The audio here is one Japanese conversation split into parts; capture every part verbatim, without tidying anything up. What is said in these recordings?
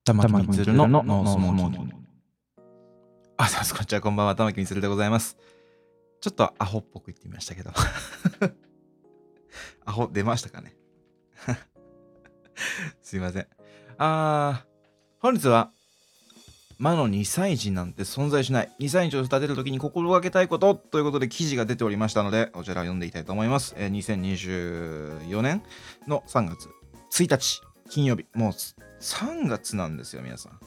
玉木みつるのノースモーキング。あ、さすこんにちは、こんばんは、玉木みつるでございます。ちょっとアホっぽく言ってみましたけど。アホ出ましたかね。すいません。あー、本日は、魔のにさい児なんて存在しない。にさい児を育てるときに心がけたいことということで記事が出ておりましたので、こちらを読んでいきたいと思います。えー、にせんにじゅうよねんのさんがつついたち、金曜日。もうさんがつなんですよ、皆さん。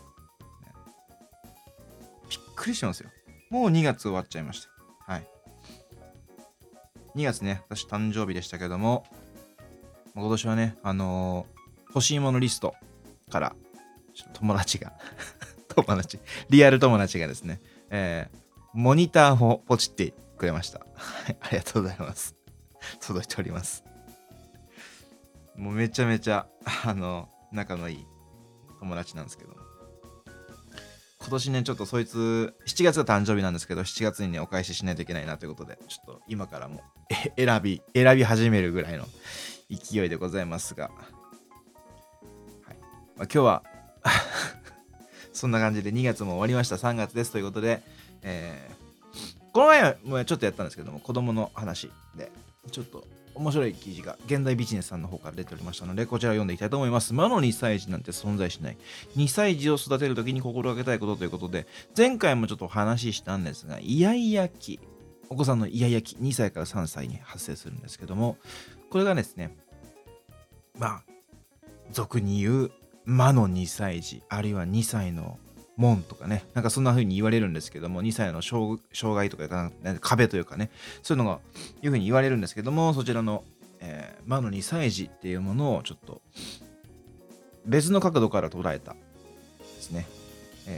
びっくりしますよ。もうにがつ終わっちゃいました。はい。にがつね、私誕生日でしたけども、今年はね、あのー、欲しいものリストから、友達が、友達、リアル友達がですね、えー、モニターをポチってくれました。ありがとうございます。届いております。もうめちゃめちゃ、あの、仲のいい友達なんですけども。今年ね、ちょっとそいつ、しちがつが誕生日なんですけど、しちがつにね、お返ししないといけないなということで、ちょっと今からも選び、選び始めるぐらいの勢いでございますが、はい。まあ、今日は、そんな感じでにがつも終わりました。さんがつですということで、えー、この前もちょっとやったんですけども、子供の話で、ちょっと面白い記事が現代ビジネスさんの方から出ておりましたので、こちらを読んでいきたいと思います。魔のにさい児なんて存在しない。にさい児を育てるときに心がけたいことということで、前回もちょっとお話ししたんですが、イヤイヤ期、お子さんのイヤイヤ期、にさいからさんさいに発生するんですけども、これがですね、まあ、俗に言う魔のにさい児、あるいはにさいの門とかね、なんかそんな風に言われるんですけども、にさいの障害とか壁というかね、そういうのがいう風に言われるんですけども、そちらの、えー、魔のにさい児っていうものをちょっと別の角度から捉えたですね、え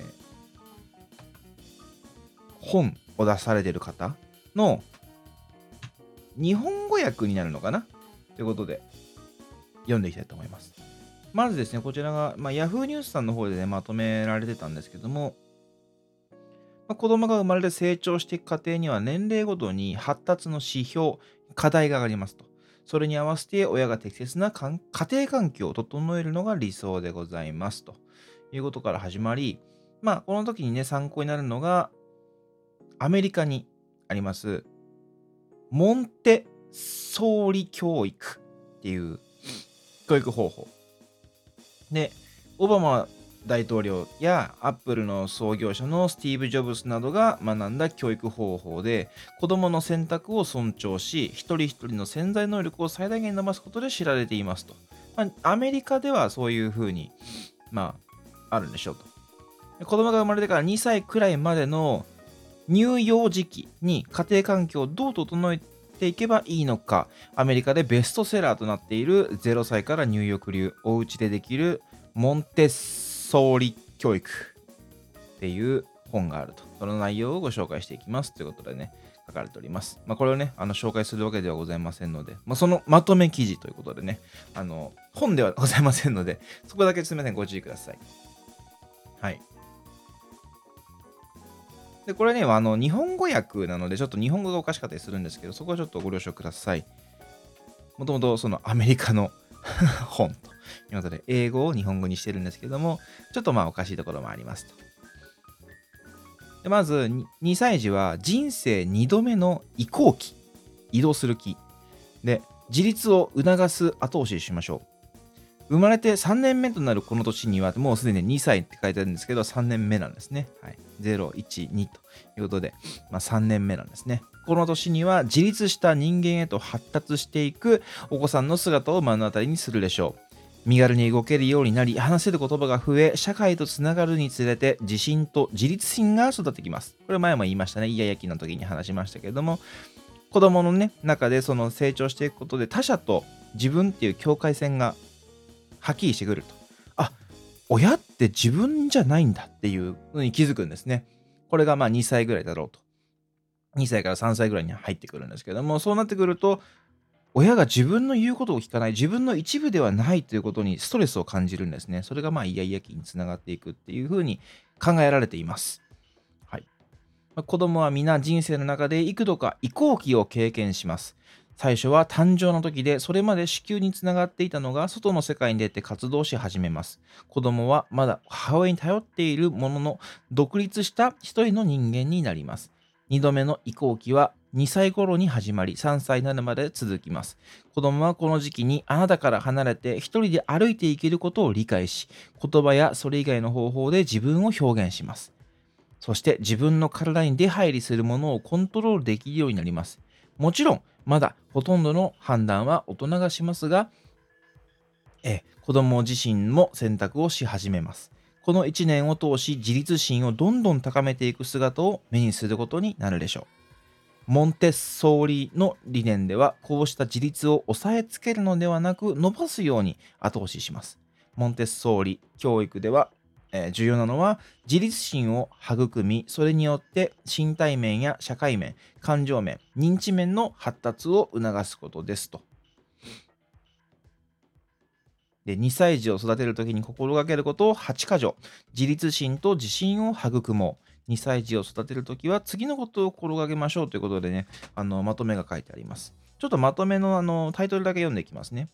ー、本を出されている方の日本語訳になるのかなということで読んでいきたいと思います。まずですね、こちらが、まあ、Yahoo ニュースさんの方で、ね、まとめられてたんですけども、まあ、子供が生まれて成長していく過程には年齢ごとに発達の指標、課題がありますと。それに合わせて親が適切な家庭環境を整えるのが理想でございますということから始まり、まあ、この時にね、参考になるのが、アメリカにあります、モンテッソーリ教育っていう教育方法。で、オバマ大統領やアップルの創業者のスティーブ・ジョブズなどが学んだ教育方法で、子供の選択を尊重し、一人一人の潜在能力を最大限伸ばすことで知られていますと。まあ、アメリカではそういうふうに、まあ、あるんでしょうと。子供が生まれてからにさいくらいまでの乳幼児期に家庭環境をどう整えていけばいいのか、アメリカでベストセラーとなっているゼロさいから入浴流、お家でできるモンテッソーリ教育っていう本があると。その内容をご紹介していきますということでね、書かれております。まあ、これをね、あの紹介するわけではございませんので、まあ、そのまとめ記事ということでね、あの本ではございませんので、そこだけすみません、ご注意ください。はい。で、これね、あの日本語訳なので、ちょっと日本語がおかしかったりするんですけど、そこはちょっとご了承ください。もともとそのアメリカの本ということで、英語を日本語にしてるんですけども、ちょっとまあおかしいところもありますと。でまず、にさい児は人生にどめの移行期、移動する期で、自立を促す後押ししましょう。生まれてさんねんめとなるこの年には、もうすでににさいって書いてあるんですけど、さんねんめなんですね。はい、ゼロ、いち、にということで、まあ、さんねんめなんですね。この年には自立した人間へと発達していくお子さんの姿を目の当たりにするでしょう。身軽に動けるようになり、話せる言葉が増え、社会とつながるにつれて自信と自立心が育ってきます。これ前も言いましたね。イヤイヤ期の時に話しましたけれども、子供のね、中でその成長していくことで他者と自分っていう境界線がはっきりしてくると。あ、親って自分じゃないんだっていうのに気づくんですね。これがまあにさいぐらいだろうと。にさいからさんさいぐらいに入ってくるんですけども、そうなってくると、親が自分の言うことを聞かない、自分の一部ではないということにストレスを感じるんですね。それがまあイヤイヤ期につながっていくっていうふうに考えられています。はい。子供は皆人生の中で幾度か移行期を経験します。 最初は誕生の時で、それまで子宮につながっていたのが外の世界に出て活動し始めます。子供はまだ母親に頼っているものの、独立した一人の人間になります。二度目の移行期はにさい頃に始まり、さんさいになるまで続きます。子供はこの時期にあなたから離れて一人で歩いていけることを理解し、言葉やそれ以外の方法で自分を表現します。そして自分の体に出入りするものをコントロールできるようになります。もちろん、まだほとんどの判断は大人がしますが、え子供自身も選択をし始めます。このいちねんを通し、自立心をどんどん高めていく姿を目にすることになるでしょう。モンテッソーリの理念では、こうした自立を抑えつけるのではなく、伸ばすように後押しします。モンテッソーリ教育では、えー重要なのは自立心を育み、それによって身体面や社会面、感情面、認知面の発達を促すことですと。で、にさい児を育てるときに心がけることをはちか条。自立心と自信を育もう。にさい児を育てるときは次のことを心がけましょうということでね、あのまとめが書いてあります。ちょっとまとめのあのタイトルだけ読んでいきますね。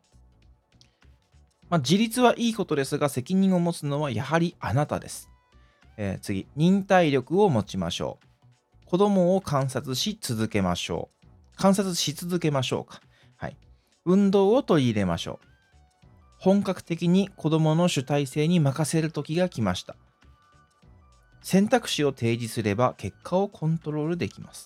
まあ、自立はいいことですが、責任を持つのはやはりあなたです。えー次、忍耐力を持ちましょう。子供を観察し続けましょう。観察し続けましょうか。はい。運動を取り入れましょう。本格的に子供の主体性に任せる時が来ました。選択肢を提示すれば結果をコントロールできます。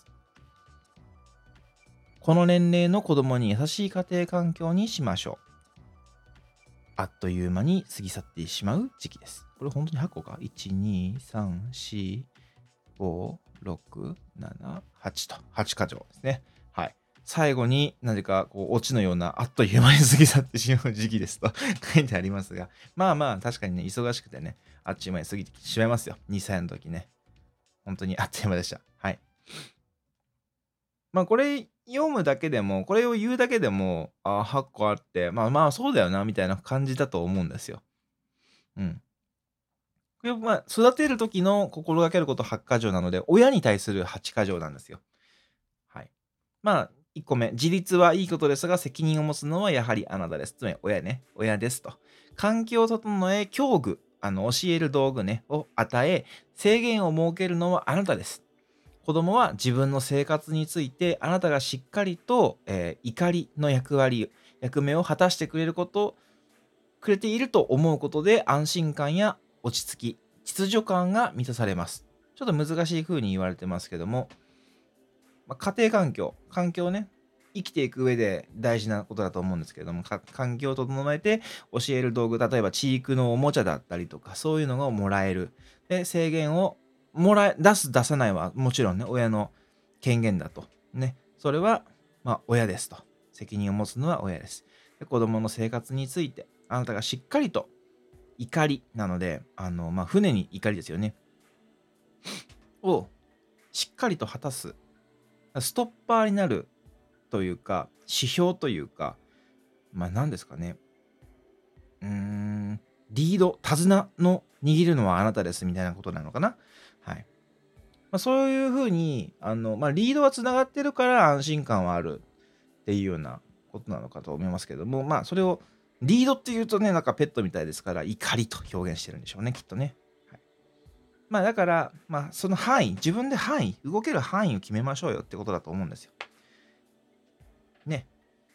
この年齢の子供に優しい家庭環境にしましょう。あっという間に過ぎ去ってしまう時期です。これ本当にはっこか ?いち、に、さん、よん、ご、ろく、なな、はちと。はちか条ですね。はい。最後に何かこうオチのようなあっという間に過ぎ去ってしまう時期ですと書いてありますが、まあまあ確かにね、忙しくてね、あっちゅう間に過ぎてしまいますよ。にさいの時ね。本当にあっという間でした。はい。まあこれ読むだけでも、これを言うだけでも、あはっこあって、まあまあそうだよな、みたいな感じだと思うんですよ。うん。これまあ育てる時の心がけることはちか条なので、親に対するはちか条なんですよ。はい。まあ、いっこめ、自立はいいことですが、責任を持つのはやはりあなたです。つまり、親ね、親ですと。環境を整え、教具、あの教える道具ね、を与え、制限を設けるのはあなたです。子供は自分の生活について、あなたがしっかりと、えー怒りの役割、役目を果たしてくれること、くれていると思うことで、安心感や落ち着き、秩序感が満たされます。ちょっと難しい風に言われてますけども、まあ、家庭環境、環境ね、生きていく上で大事なことだと思うんですけれども、か環境を整えて教える道具、例えば知育のおもちゃだったりとか、そういうのがもらえる。で、制限をもらえ、出す、出さないはもちろんね、親の権限だと。ね、それは、まあ、親ですと。責任を持つのは親です。で、子供の生活について、あなたがしっかりと、怒りなので、あの、まあ、船に怒りですよね。をしっかりと果たす。ストッパーになるというか、指標というか、まあ何ですかね。うーん、リード、手綱の握るのはあなたですみたいなことなのかな。はい。まあ、そういうふうに、あの、まあ、リードはつながってるから安心感はあるっていうようなことなのかと思いますけども、まあ、それを、リードっていうとね、なんかペットみたいですから、怒りと表現してるんでしょうね、きっとね。はい、まあ、だから、まあ、その範囲、自分で範囲、動ける範囲を決めましょうよってことだと思うんですよ。ね。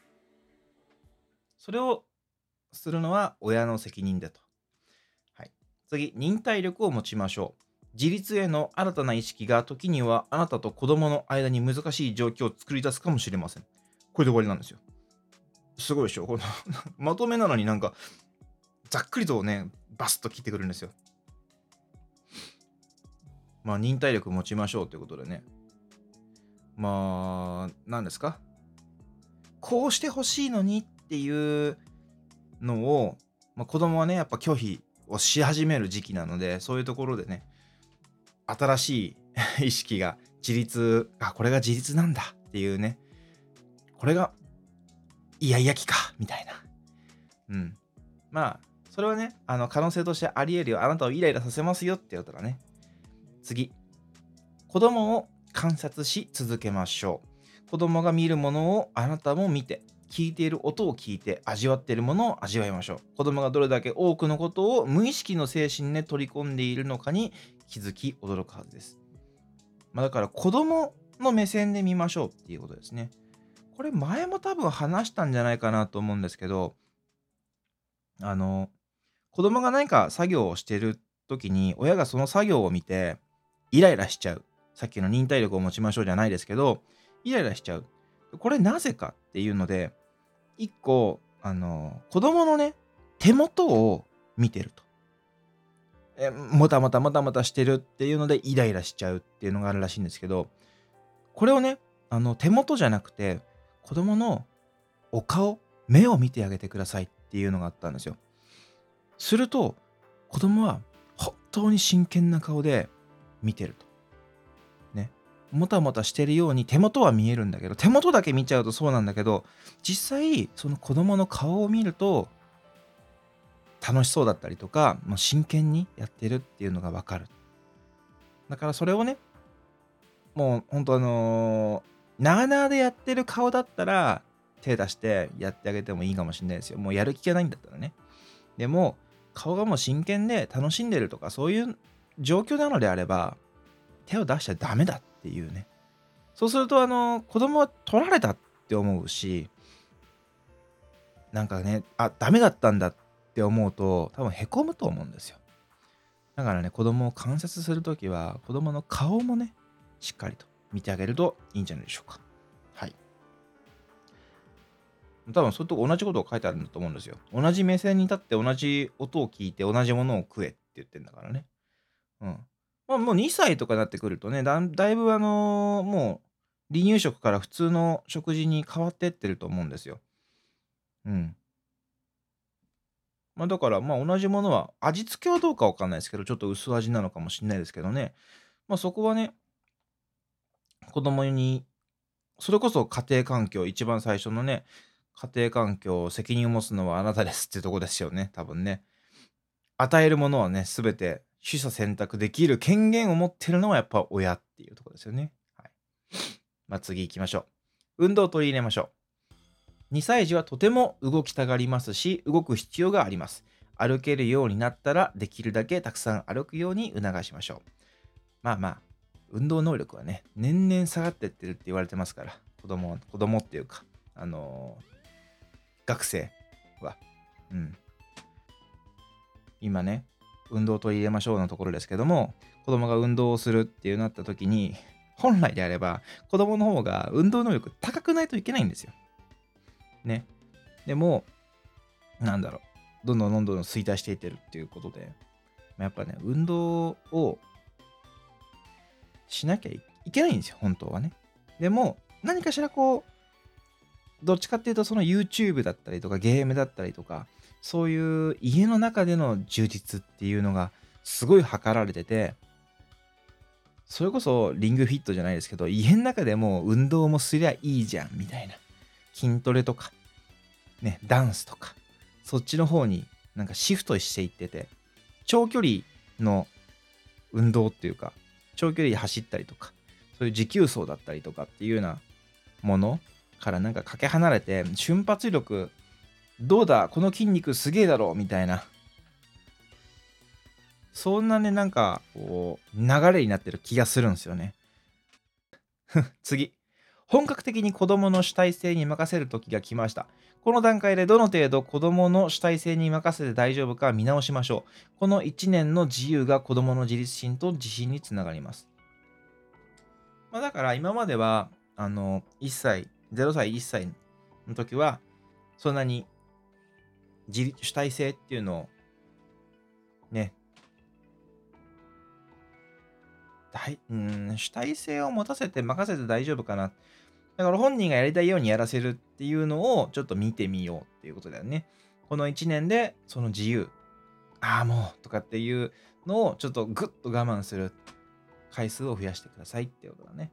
それをするのは親の責任だと。はい、次、忍耐力を持ちましょう。自立への新たな意識が時にはあなたと子供の間に難しい状況を作り出すかもしれません。これで終わりなんですよ。すごいでしょ。このまとめなのになんかざっくりとね、バスッと切ってくるんですよ。まあ、忍耐力を持ちましょうということでね。まあ、何ですか、こうしてほしいのにっていうのを、まあ、子供はね、やっぱ拒否をし始める時期なので、そういうところでね、新しい意識が自立、あ、これが自立なんだっていうね、これがイヤイヤ期か、みたいな。うん。まあ、それはね、あの、可能性としてあり得るよ。あなたをイライラさせますよって言ったらね。次。子供を観察し続けましょう。 子供が見るものをあなたも見て、聞いている音を聞いて、味わっているものを味わいましょう。子供がどれだけ多くのことを無意識の精神で取り込んでいるのかに気づき驚くはずです。まあ、だから子供の目線で見ましょうっていうことですね。これ前も多分話したんじゃないかなと思うんですけど、あの、子供が何か作業をしている時に、親がその作業を見て、イライラしちゃう。さっきの忍耐力を持ちましょうじゃないですけど、イライラしちゃう。これなぜかっていうので、一個、あの、子供のね、手元を見てると。え、もたもたもたもたしてるっていうので、イライラしちゃうっていうのがあるらしいんですけど、これをね、あの、手元じゃなくて、子供のお顔、目を見てあげてくださいっていうのがあったんですよ。すると、子供は本当に真剣な顔で見てると。ね。もたもたしてるように手元は見えるんだけど、手元だけ見ちゃうとそうなんだけど、実際、その子供の顔を見ると、楽しそうだったりとか、まあ、真剣にやってるっていうのがわかる。だからそれをね、もう本当あのーなあなあでやってる顔だったら、手出してやってあげてもいいかもしれないですよ。もうやる気がないんだったらね。でも、顔がもう真剣で楽しんでるとか、そういう状況なのであれば、手を出しちゃダメだっていうね。そうすると、あの、子供は取られたって思うし、なんかね、あ、ダメだったんだって思うと、多分へこむと思うんですよ。だからね、子供を観察するときは、子供の顔もね、しっかりと見てあげるといいんじゃないでしょうか。はい。多分それと同じことが書いてあるんだと思うんですよ。同じ目線に立って同じ音を聞いて同じものを食えって言ってんだからね。うん。まあ、もうにさいとかになってくるとね、だんだいぶあの、もう離乳食から普通の食事に変わってってると思うんですよ。うん。ま、だから、ま、同じものは味付けはどうかわかんないですけど、ちょっと薄味なのかもしんないですけどね。ま、そこはね、子供にそれこそ家庭環境、一番最初のね、家庭環境、責任を持つのはあなたですっていうとこですよね、多分ね。与えるものはね、全て取捨選択できる権限を持ってるのはやっぱ親っていうとこですよね。はい。まあ、次行きましょう。運動を取り入れましょう。にさい児はとても動きたがりますし、動く必要があります。歩けるようになったら、できるだけたくさん歩くように促しましょう。まあまあ、運動能力はね、年々下がってってるって言われてますから、子供は、子供っていうか、あのー学生は。うん。今ね、運動を取り入れましょうのところですけども、子供が運動をするっていうなった時に、本来であれば、子供の方が運動能力高くないといけないんですよ。ね。でも、なんだろう、どんどんどんどん衰退していってるっていうことで、まあやっぱね、運動をしなきゃいいけないんですよ、本当はね。でも、何かしらこう、どっちかっていうと、その YouTube だったりとか、ゲームだったりとか、そういう家の中での充実っていうのがすごい図られてて、それこそリングフィットじゃないですけど、家の中でもう運動もすりゃいいじゃんみたいな。筋トレとか、ね、ダンスとか、そっちの方になんかシフトしていってて、長距離の運動っていうか、長距離走ったりとか、そういう持久走だったりとかっていうようなものからなんかかけ離れて、瞬発力、どうだ、この筋肉すげえだろみたいな、そんなね、なんか、こう、流れになってる気がするんですよね。次。本格的に子供の主体性に任せる時が来ました。この段階でどの程度子供の主体性に任せて大丈夫か見直しましょう。このいちねんの自由が子供の自立心と自信につながります。まあ、だから今までは、あの、いっさい、ゼロさい、いっさいの時は、そんなに自立主体性っていうのをね、大うん、主体性を持たせて任せて大丈夫かな。だから本人がやりたいようにやらせるっていうのをちょっと見てみようっていうことだよね。このいちねんでその自由、ああもうとかっていうのをちょっとグッと我慢する回数を増やしてくださいっていうことだね。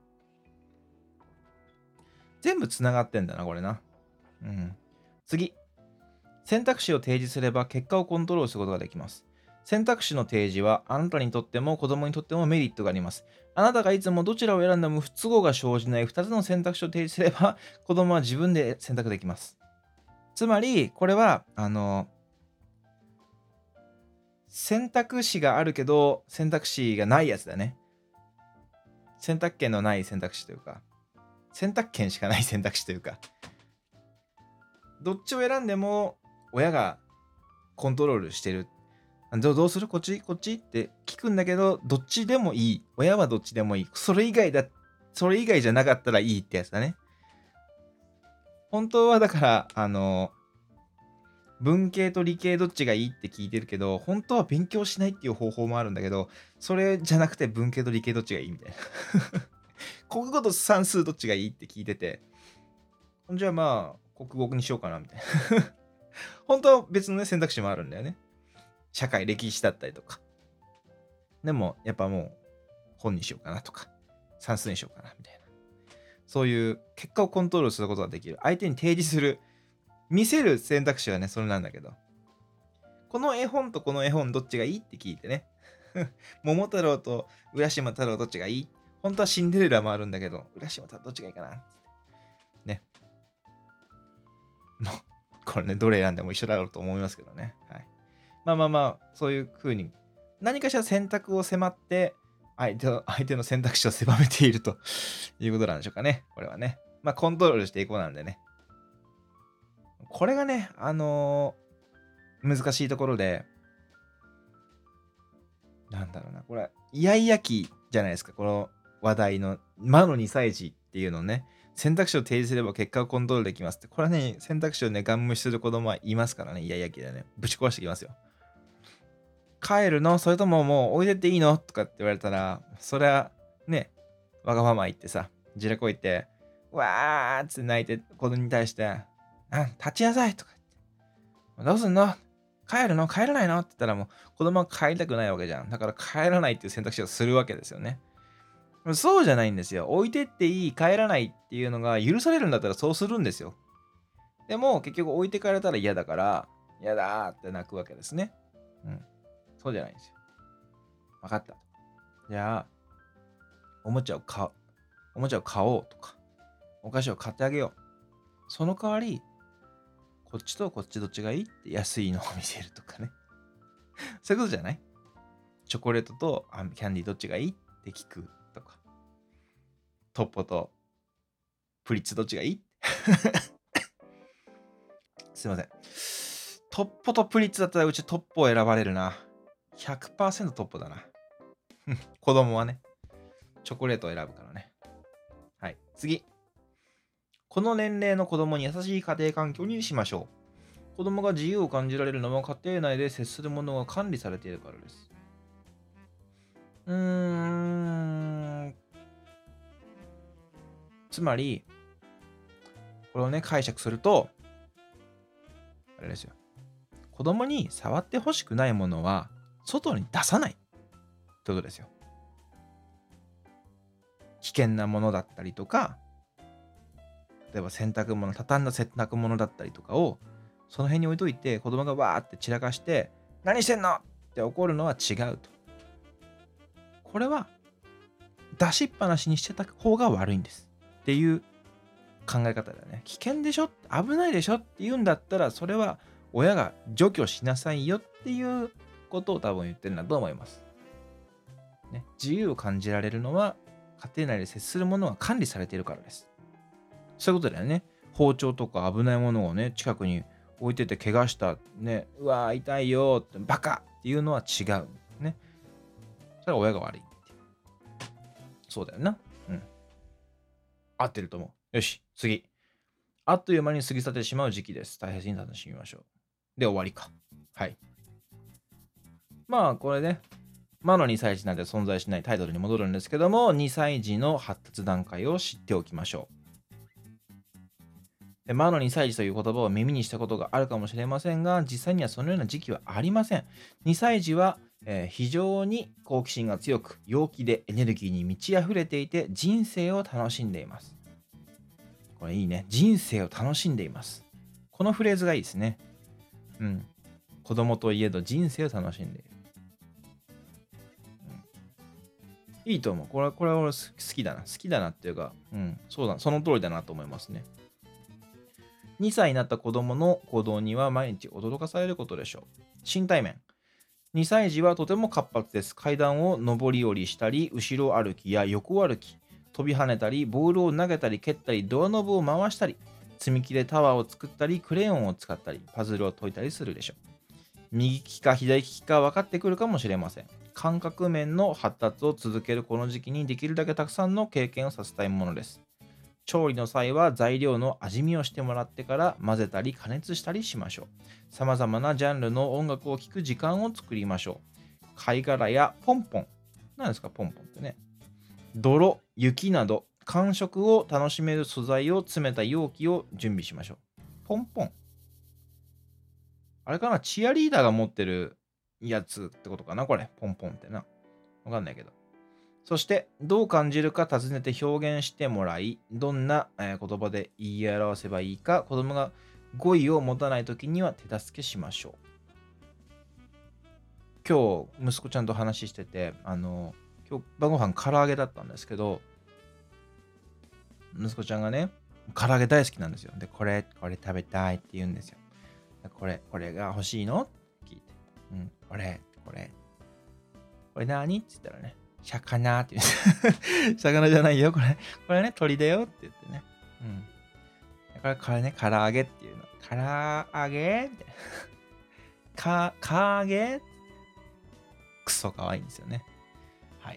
全部つながってんだな、これな。うん。次。選択肢を提示すれば結果をコントロールすることができます。 選択肢の提示はあなたにとっても子供にとってもメリットがあります。あなたがいつもどちらを選んでも不都合が生じないふたつの選択肢を提示すれば子供は自分で選択できます。つまり、これは、あの、選択肢があるけど選択肢がないやつだね。選択権のない選択肢というか、選択権しかない選択肢というか、どっちを選んでも親がコントロールしてる。どどうするこっちこっちって聞くんだけど、どっちでもいい。親はどっちでもいい。それ以外だ、それ以外じゃなかったらいいってやつだね。本当はだから、あの、文系と理系どっちがいいって聞いてるけど、本当は勉強しないっていう方法もあるんだけど、それじゃなくて文系と理系どっちがいいみたいな。国語と算数どっちがいいって聞いてて、じゃあまあ、国語にしようかなみたいな。本当は別の、ね、選択肢もあるんだよね。社会、歴史だったりとか。でも、やっぱもう、本にしようかなとか、算数にしようかなみたいな。そういう結果をコントロールすることができる。相手に提示する、見せる選択肢はね、それなんだけど。この絵本とこの絵本どっちがいいって聞いてね。桃太郎と浦島太郎どっちがいい？本当はシンデレラもあるんだけど、浦島太郎どっちがいいかな？ね。もう、これね、どれ選んでも一緒だろうと思いますけどね。はい。まあまあまあ、そういう風に、何かしら選択を迫って、相手の相手の選択肢を狭めているということなんでしょうかね。これはね。まあ、コントロールしていこうなんでね。これがね、あのー難しいところで、なんだろうな、これ、イヤイヤ期じゃないですか、この話題の魔のにさい児っていうのをね、選択肢を提示すれば結果をコントロールできますって、これはね、選択肢をね、ガン無視する子供はいますからね、イヤイヤ期でね、ぶち壊してきますよ。帰るのそれとももう置いてっていいのとかって言われたら、それはね、わがまま言ってさ、じらこいって、わーって泣いて子供に対して、あ、立ちなさいとか言って、どうすんの帰るの帰らないのって言ったらもう子供は帰りたくないわけじゃん。だから帰らないっていう選択肢をするわけですよね。そうじゃないんですよ。置いてっていい、帰らないっていうのが許されるんだったらそうするんですよ。でも結局置いてかれたら嫌だから、嫌だーって泣くわけですね。うん。そうじゃないんですよ。分かった。じゃあ、おもちゃを買う。おもちゃを買おうとか、お菓子を買ってあげよう。その代わり、こっちとこっちどっちがいいって安いのを見せるとかね。そういうことじゃない？チョコレートとキャンディーどっちがいいって聞くとか。トッポとプリッツどっちがいいすいません。トッポとプリッツだったらうちトッポを選ばれるな。ひゃくパーセント トッポだな。子供はね、チョコレートを選ぶからね。はい。次。この年齢の子供に優しい家庭環境にしましょう。子供が自由を感じられるのは家庭内で接するものが管理されているからです。うーん。つまり、これをね、解釈すると、あれですよ。子供に触ってほしくないものは外に出さないってことですよ。危険なものだったりとか、例えば洗濯物、畳んだ洗濯物だったりとかをその辺に置いといて子供がわーって散らかして何してんのって怒るのは違うと。これは出しっぱなしにしてた方が悪いんですっていう考え方だよね。危険でしょ危ないでしょって言うんだったらそれは親が除去しなさいよっていうことを多分言ってるんだと思います。ね、自由を感じられるのは家庭内で接するものは管理されているからです。そういうことだよね。包丁とか危ないものをね、近くに置いてて怪我した、ね、うわー痛いよって、バカっていうのは違う。ね。それは親が悪いっていう。そうだよな。うん。合ってると思う。よし、次。あっという間に過ぎ去ってしまう時期です。大切に楽しみましょう。で、終わりか。はい。まあ、これね、魔のにさい児なんて存在しないタイトルに戻るんですけども、にさい児の発達段階を知っておきましょう。で魔のにさい児という言葉を耳にしたことがあるかもしれませんが、実際にはそのような時期はありません。にさい児は、えー非常に好奇心が強く、陽気でエネルギーに満ち溢れていて、人生を楽しんでいます。これいいね。人生を楽しんでいます。このフレーズがいいですね。うん。子供といえど人生を楽しんでいる。 いいと思う。これ、これは俺好きだな。好きだなっていうか、うん、そうだ、その通りだなと思いますね。にさいになった子供の行動には毎日驚かされることでしょう。身体面。にさい児はとても活発です。階段を上り下りしたり、後ろ歩きや横歩き、飛び跳ねたり、ボールを投げたり蹴ったり、ドアノブを回したり、積み木でタワーを作ったり、クレヨンを使ったり、パズルを解いたりするでしょう。右利きか左利きか分かってくるかもしれません。感覚面の発達を続けるこの時期にできるだけたくさんの経験をさせたいものです。調理の際は材料の味見をしてもらってから混ぜたり加熱したりしましょう。さまざまなジャンルの音楽を聴く時間を作りましょう。貝殻やポンポン。何ですかポンポンってね。泥、雪など感触を楽しめる素材を詰めた容器を準備しましょう。ポンポン。あれかなチアリーダーが持ってるやつってことかなこれ。ポンポンってな。わかんないけど。そして、どう感じるか尋ねて表現してもらい、どんな、えー言葉で言い表せばいいか、子供が語彙を持たないときには手助けしましょう。今日、息子ちゃんと話してて、あの、今日晩ご飯唐揚げだったんですけど、息子ちゃんがね、唐揚げ大好きなんですよ。で、これ、これ食べたいって言うんですよ。これ、これが欲しいのって聞いて。うん、これ、これ。これ何って言ったらね、魚って言う。魚じゃないよ、これ。これね、鳥だよって言ってね。うん。これ、これね、唐揚げっていうの。唐揚げって。か、か揚げクソ可愛いんですよね。はい。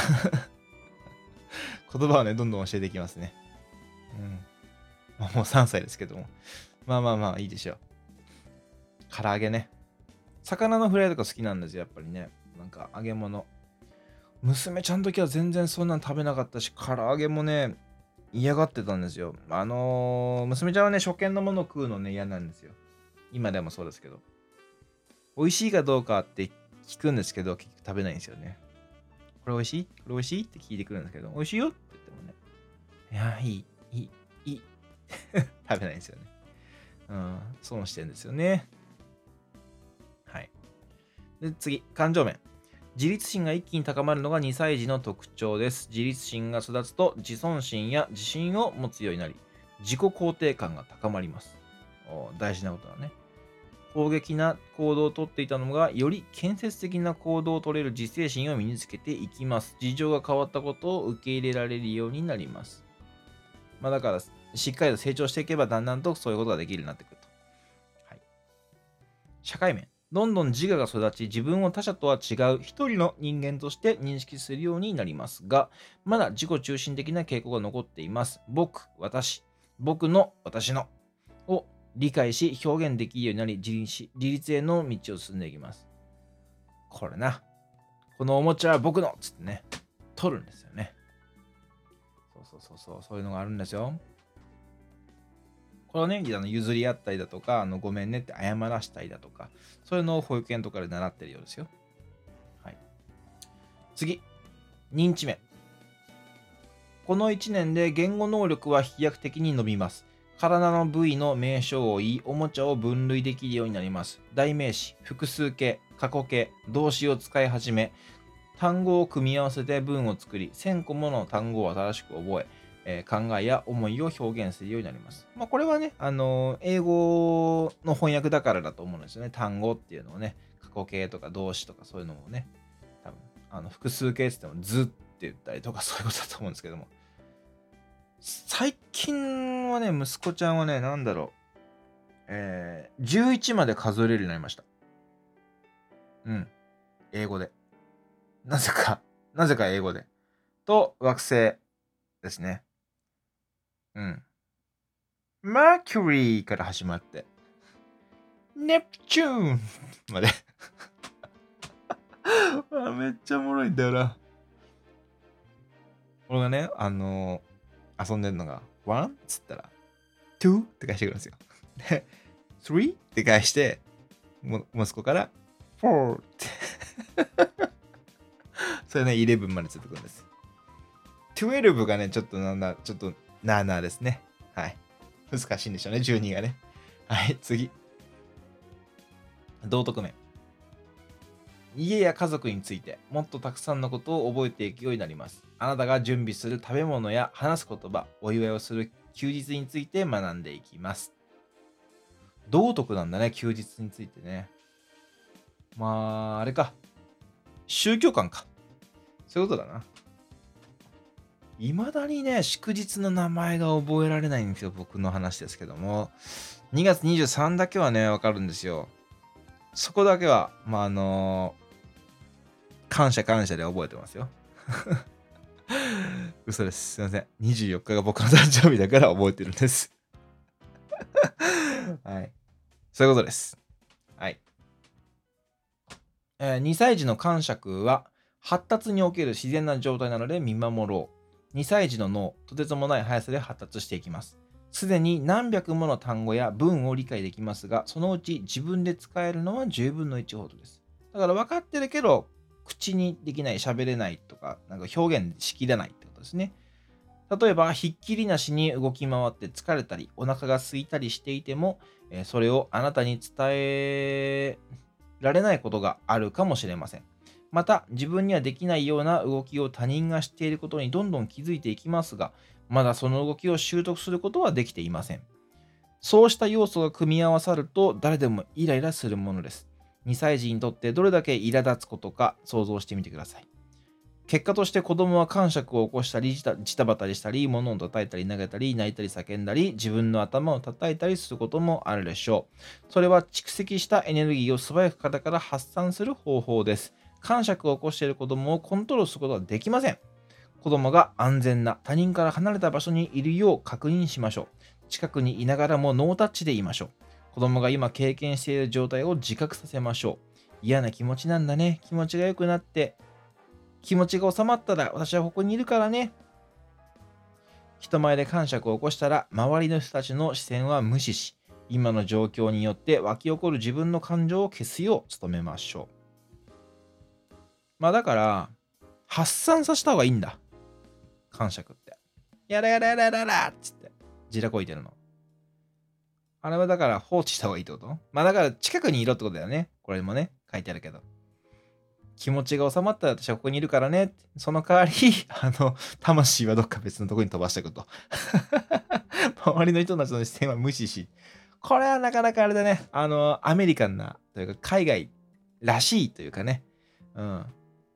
言葉をね、どんどん教えていきますね。うん。まあもうさんさいですけども。まあまあまあ、いいでしょう。唐揚げね。魚のフライとか好きなんですよ、やっぱりね。なんか揚げ物。娘ちゃんの時は全然そんなん食べなかったし、唐揚げもね、嫌がってたんですよ。あのー娘ちゃんはね、初見のものを食うのね、嫌なんですよ。今でもそうですけど。美味しいかどうかって聞くんですけど、結局食べないんですよね。これ美味しいこれ美味しいって聞いてくるんですけど、美味しいよって言ってもね、いや、いい、いい、いい。食べないんですよね。うん、損してるんですよね。はい。で、次、感情面。自立心が一気に高まるのがにさい児の特徴です。自立心が育つと自尊心や自信を持つようになり、自己肯定感が高まります。お大事なことだね。攻撃な行動をとっていたのが、より建設的な行動を取れる自制心を身につけていきます。事情が変わったことを受け入れられるようになります。まあだから、しっかりと成長していけば、だんだんとそういうことができるようになってくると。はい。社会面。どんどん自我が育ち、自分を他者とは違う一人の人間として認識するようになりますが、まだ自己中心的な傾向が残っています。僕、私、僕の、私のを理解し、表現できるようになり、自立自立への道を進んでいきます。これな。このおもちゃは僕のっつってね、取るんですよね。そうそうそうそう、そういうのがあるんですよ。これをね、あの譲り合ったりだとか、あのごめんねって謝らしたりだとか、そういうのを保育園とかで習ってるようですよ。はい。次、認知面。このいちねんで言語能力は飛躍的に伸びます。体の部位の名称を言い、おもちゃを分類できるようになります。代名詞、複数形、過去形、動詞を使い始め、単語を組み合わせて文を作り、せんこもの単語を新しく覚え、えー考えや思いを表現するようになります。まあ、これはね、あのー英語の翻訳だからだと思うんですよね。単語っていうのをね、過去形とか動詞とかそういうのもね、多分あの複数形って言っても図って言ったりとかそういうことだと思うんですけども。最近はね、息子ちゃんはね、なんだろう、えー、じゅういちまで数えれるようになりました。うん。英語で。なぜか、なぜか英語で。と、惑星ですね。うん。Mercury から始まって、Neptune まであ。めっちゃおもろいんだよな。俺がね、あのー遊んでるのが、ワン っつったら、ツー って返してくるんですよ。で、スリー って返して、も息子から、フォー って。それね、イレブンまでついてくるんです。じゅうにがね、ちょっとなんだ、ちょっとなーなーですね。はい。難しいんでしょうね、じゅうにがね。はい、次。道徳面。 家や家族についてもっとたくさんのことを覚えていくようになります。あなたが準備する食べ物や話す言葉、お祝いをする休日について学んでいきます。道徳なんだね、休日についてね。まあ、あれか。宗教観か。そういうことだな。未だにね、祝日の名前が覚えられないんですよ、僕の話ですけども。にがつにじゅうさんだけはね、わかるんですよ。そこだけは、まあ、あのー感謝感謝で覚えてますよ。嘘です。すいません。にじゅうよっかが僕の誕生日だから覚えてるんです。はい。そういうことです。はい。えー、にさい児の感触は発達における自然な状態なので見守ろう。にさい児の脳、とてつもない速さで発達していきます。すでに何百もの単語や文を理解できますが、そのうち自分で使えるのはじゅうぶんのいちほどです。だから分かってるけど、口にできない、喋れないとか、なんか表現しきれないってことですね。例えば、ひっきりなしに動き回って疲れたり、お腹が空いたりしていても、えーそれをあなたに伝えられないことがあるかもしれません。また、自分にはできないような動きを他人がしていることにどんどん気づいていきますが、まだその動きを習得することはできていません。そうした要素が組み合わさると誰でもイライラするものです。にさい児にとってどれだけ苛立つことか想像してみてください。結果として子供は感触を起こしたり、ジタジタバタりしたり、物を叩いたり投げたり、泣いたり叫んだり、自分の頭を叩いたりすることもあるでしょう。それは蓄積したエネルギーを素早く体から発散する方法です。感触を起こしている子供をコントロールすることはできません。子供が安全な他人から離れた場所にいるよう確認しましょう。近くにいながらもノータッチでいましょう。子供が今経験している状態を自覚させましょう。嫌な気持ちなんだね。気持ちが良くなって気持ちが収まったら私はここにいるからね。人前で感触を起こしたら周りの人たちの視線は無視し、今の状況によって湧き起こる自分の感情を消すよう努めましょう。まあだから、発散させた方がいいんだ。感触って。やらやらやらやらやらっつって、じらこいてるの。あれはだから放置した方がいいってこと？まあだから近くにいろってことだよね。これもね、書いてあるけど。気持ちが収まったら私はここにいるからね。その代わり、あの、魂はどっか別のところに飛ばしていくと。周りの人たちの視線は無視し。これはなかなかあれだね。あの、アメリカンな、というか海外らしいというかね。うん。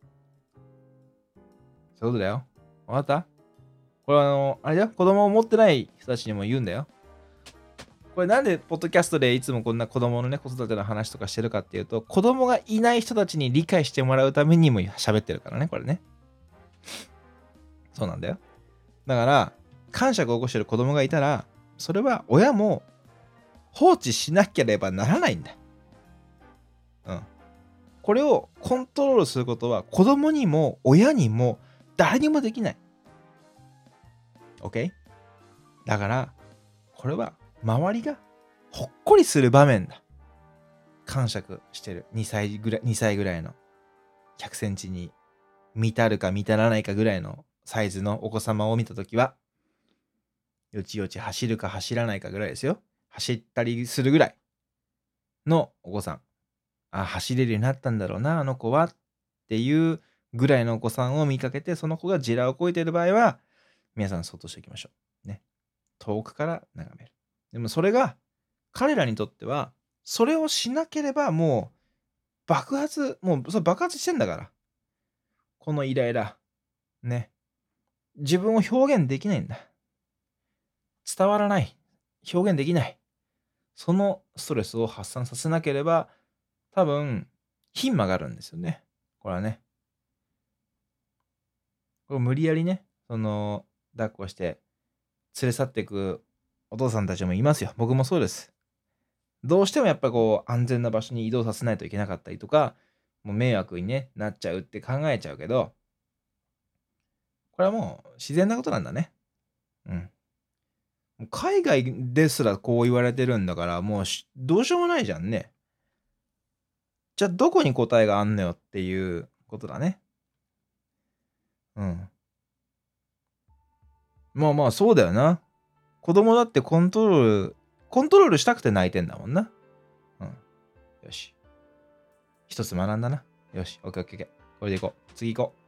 そういうことだよ。わかった？これはあの、あれだよ。子供を持ってない人たちにも言うんだよ。これなんでポッドキャストでいつもこんな子供のね、子育ての話とかしてるかっていうと、子供がいない人たちに理解してもらうためにも喋ってるからね、これね。そうなんだよ。だから、感触を起こしてる子供がいたら、それは親も放置しなければならないんだ。うん。これをコントロールすることは子供にも親にも誰にもできない。OK？ だから、これは周りがほっこりする場面だ。感触してるにさいぐらい、にさいぐらいのひゃくセンチに満たるか満たらないかぐらいのサイズのお子様を見たときは、よちよち走るか走らないかぐらいですよ。走ったりするぐらいのお子さん。あ、走れるようになったんだろうな、あの子はっていうぐらいのお子さんを見かけて、その子がジラをこいている場合は、皆さんそっとしておきましょう。ね。遠くから眺める。でもそれが、彼らにとっては、それをしなければもう爆発、もうそれ爆発してんだから。このイライラ。ね。自分を表現できないんだ。伝わらない。表現できない。そのストレスを発散させなければ、多分、牝馬があるんですよね。これはね。これ無理やりね、その、抱っこして連れ去っていくお父さんたちもいますよ。僕もそうです。どうしてもやっぱこう、安全な場所に移動させないといけなかったりとか、もう迷惑に、ね、なっちゃうって考えちゃうけど、これはもう自然なことなんだね。うん。海外ですらこう言われてるんだから、もうしどうしようもないじゃんね。じゃあどこに答えがあんのよっていうことだね。うん。まあまあそうだよな。子供だってコントロール、コントロールしたくて泣いてんだもんな。うん。よし。一つ学んだな。 よし、オッケーオッケーオッケー。これでいこう。次行こ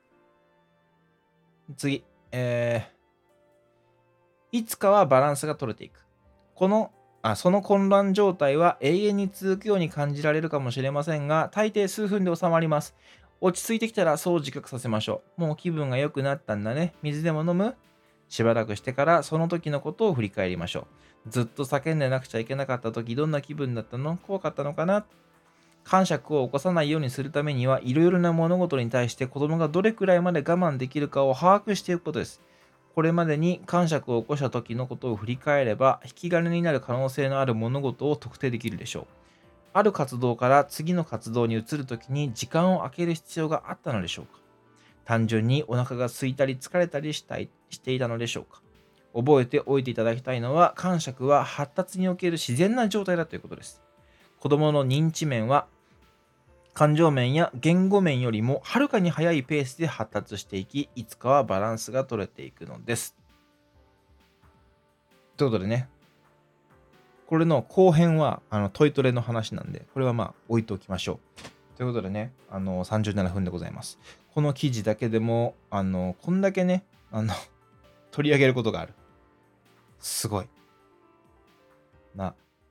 う。次。えー、いつかはバランスが取れていく。この、あ、その混乱状態は永遠に続くように感じられるかもしれませんが、大抵数分で収まります。落ち着いてきたらそう自覚させましょう。もう気分が良くなったんだね。水でも飲む？しばらくしてからその時のことを振り返りましょう。ずっと叫んでなくちゃいけなかった時、どんな気分だったの？怖かったのかな？感触を起こさないようにするためには、いろいろな物事に対して子供がどれくらいまで我慢できるかを把握していくことです。これまでに感触を起こした時のことを振り返れば、引き金になる可能性のある物事を特定できるでしょう。ある活動から次の活動に移るときに時間を空ける必要があったのでしょうか？単純にお腹が空いたり疲れたりしたいしていたのでしょうか？覚えておいていただきたいのは、感触は発達における自然な状態だということです。子供の認知面は感情面や言語面よりもはるかに速いペースで発達していき、いつかはバランスが取れていくのです。ということでね、これの後編はあのトイトレの話なんで、これはまあ置いておきましょう。ということでね、あのさんじゅうななふんでございます。この記事だけでも、あのこんだけね、あの取り上げることがある。すごい。な。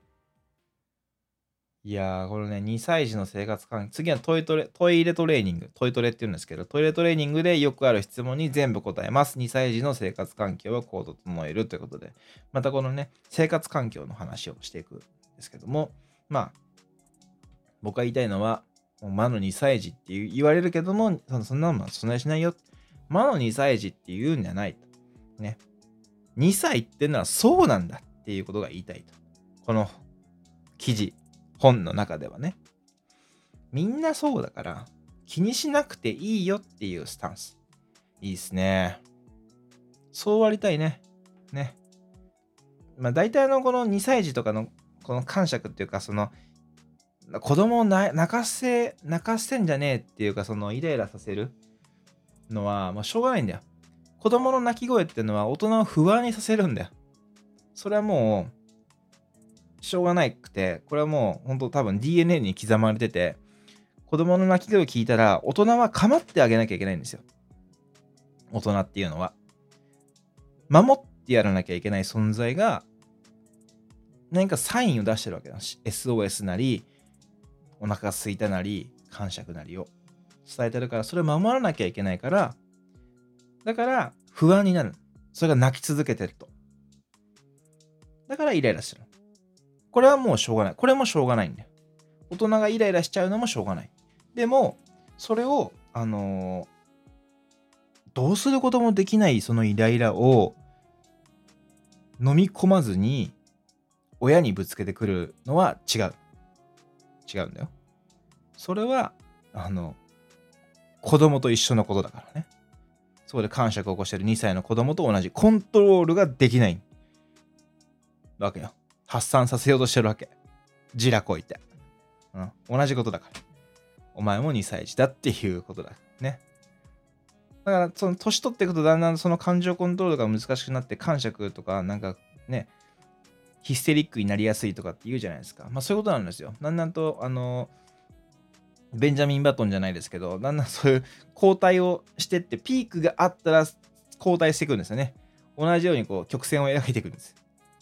いやー、これね、にさい児の生活環境、次はトイトレ、トイレトレーニング、トイトレって言うんですけど、トイレトレーニングでよくある質問に全部答えます。にさい児の生活環境をこう整えるということで、またこのね、生活環境の話をしていくんですけども、まあ、僕が言いたいのは、もう魔のにさい児って言われるけども、そそんなのそんなにしないよ。魔のにさい児って言うんじゃないと。ね。にさいってのはそうなんだっていうことが言いたいと。この記事、本の中ではね。みんなそうだから気にしなくていいよっていうスタンス。いいっすね。そうありたいね。ね。まあ大体のこのにさい児とかのこの感触っていうか、その子供をな泣かせ、泣かせんじゃねえっていうか、そのイライラさせるのはもうしょうがないんだよ。子供の泣き声っていうのは大人を不安にさせるんだよ。それはもうしょうがないくて、これはもう本当多分 ディーエヌエー に刻まれてて、子供の泣き声を聞いたら大人は構ってあげなきゃいけないんですよ。大人っていうのは。守ってやらなきゃいけない存在が何かサインを出してるわけだし、エスオーエス なり、お腹が空いたなり、感触なりを伝えてるから、それを守らなきゃいけないから、だから不安になる。それが泣き続けてると。だからイライラする。これはもうしょうがない。これもしょうがないんだよ。大人がイライラしちゃうのもしょうがない。でも、それを、あのーどうすることもできないそのイライラを飲み込まずに親にぶつけてくるのは違う。違うんだよ。それは、あの、子供と一緒のことだからね。そこで感触を起こしてるにさいの子供と同じ。コントロールができないわけよ。発散させようとしてるわけ。じらこいて。うん。同じことだから。お前もにさい児だっていうことだ。ね。だから、その年取っていくとだんだんその感情コントロールが難しくなって、感触とか、なんかね、ヒステリックになりやすいとかって言うじゃないですか。まあそういうことなんですよ。だんだんと、あの、ベンジャミン・バトンじゃないですけど、だんだんそういう交代をしてって、ピークがあったら交代していくんですよね。同じようにこう曲線を描いていくんです。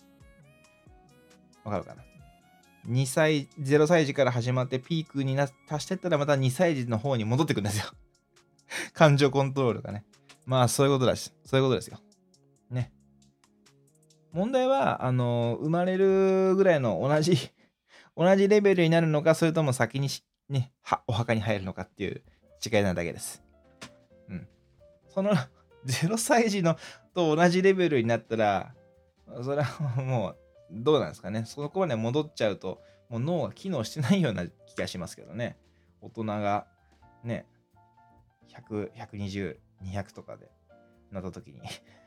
わかるかな？ に 歳、ゼロさい児から始まってピークにな達してったらまたにさい児の方に戻ってくるんですよ。感情コントロールがね。まあそういうことだし、そういうことですよ。ね。問題は、あの、生まれるぐらいの同じ、同じレベルになるのか、それとも先にしね、はお墓に入るのかっていう違いなだけです。うん。そのゼロさい児のと同じレベルになったら、それはもうどうなんですかね。そこまで戻っちゃうと、もう脳が機能してないような気がしますけどね。大人がね、ひゃく、ひゃくにじゅう、にひゃくとかでなった時に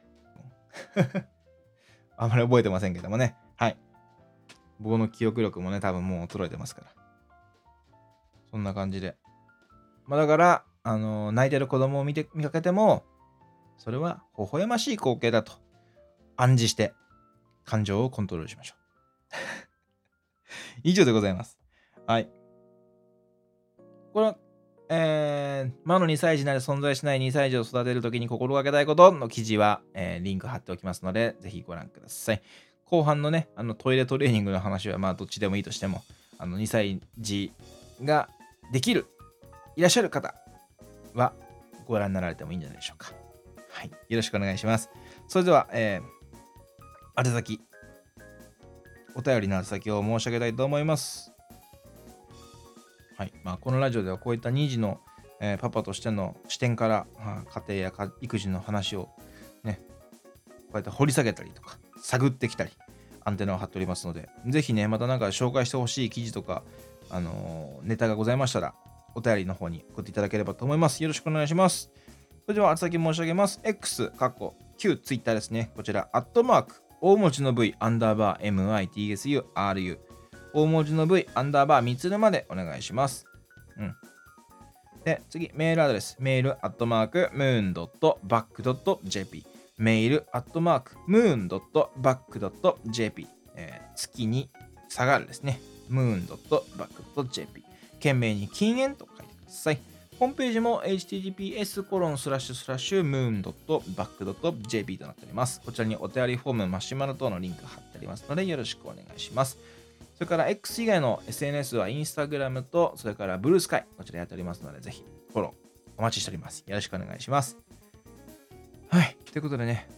あんまり覚えてませんけどもね。はい。僕の記憶力もね、多分もう衰えてますから。そんな感じで。まあだから、あのー泣いてる子供を見て、見かけても、それは微笑ましい光景だと暗示して、感情をコントロールしましょう。以上でございます。はい。これはえー、魔のにさい児なら存在しないにさい児を育てるときに心がけたいことの記事は、えー、リンク貼っておきますので、ぜひご覧ください。後半のね、あのトイレトレーニングの話は、まあ、どっちでもいいとしても、あのにさい児ができる、いらっしゃる方はご覧になられてもいいんじゃないでしょうか。はい。よろしくお願いします。それでは、えー、宛先、お便りの宛先を申し上げたいと思います。はい。まあ、このラジオではこういったに児の、えーパパとしての視点から、はあ家庭やか育児の話をね、こうやって掘り下げたりとか、探ってきたり、アンテナを張っておりますので、ぜひね、またなんか紹介してほしい記事とか、あのーネタがございましたら、お便りの方に送っていただければと思います。よろしくお願いします。それでは、宛先申し上げます。X、過去、旧 Twitter ですね。こちら、アットマーク、大文字の V、アンダーバー、MITSURU、大文字の V、アンダーバー、みつるまでお願いします。うん。で、次、メールアドレス、メールアットマーク、ムーンドットバックドットジェーピー、メールアットマーク、ムーンドットバックドットジェーピー、えー、月に下がるですね。ムーンドットバックドットジェーピー、懸命に禁煙と書いてください。ホームページも エイチティーティーピーエスコロンスラッシュスラッシュムーンドットバックドットジェーピーとなっております。こちらにお手りフォーム、マシュマロ等のリンク貼ってありますので、よろしくお願いします。それから X 以外の エスエヌエス は Instagram と、それからブルースカイ、こちらやっておりますので、ぜひフォローお待ちしております。よろしくお願いします。はい。ということでね、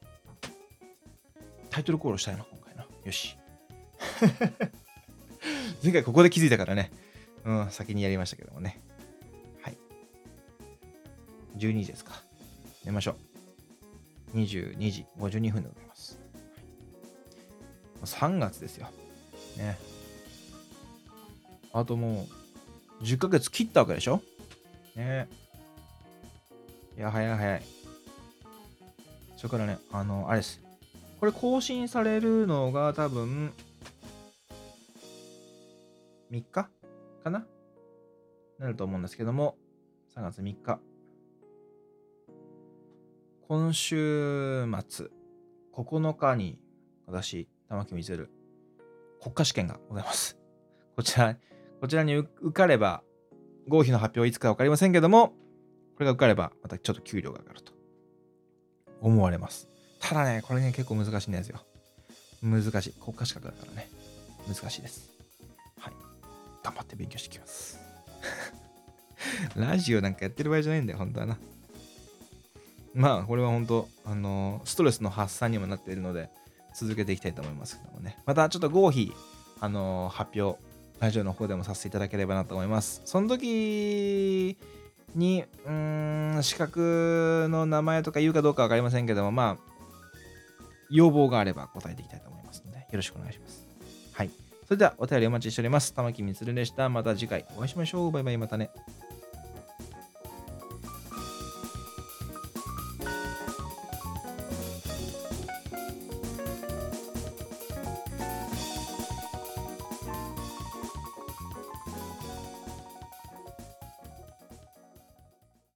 タイトルコールしたいな、今回な。よし。前回ここで気づいたからね、うん、先にやりましたけどもね。はい。じゅうにじですか。寝ましょう。にじゅうにじごじゅうにふんでございます。さんがつですよ。ね。あともう、じゅっかげつ切ったわけでしょね。いや、早い早い。それからね、あの、あれです。これ更新されるのが多分、みっかかななると思うんですけども、さんがつみっか。今週末、ここのかに、私、玉木みずる、国家試験がございます。こちら、こちらに受かれば、合否の発表いつかわかりませんけども、これが受かれば、またちょっと給料が上がると思われます。ただね、これね、結構難しいんですよ。難しい。国家資格だからね。難しいです。はい。頑張って勉強してきます。ラジオなんかやってる場合じゃないんだよ、本当はな。まあ、これは本当、あのー、ストレスの発散にもなっているので、続けていきたいと思いますけどもね。またちょっと合否、あのー、発表、ラジオの方でもさせていただければなと思います。その時に、うーん、資格の名前とか言うかどうかわかりませんけども、まあ、要望があれば答えていきたいと思いますので、よろしくお願いします。はい。それではお便りお待ちしております。玉木みつるでした。また次回お会いしましょう。バイバイ、またね。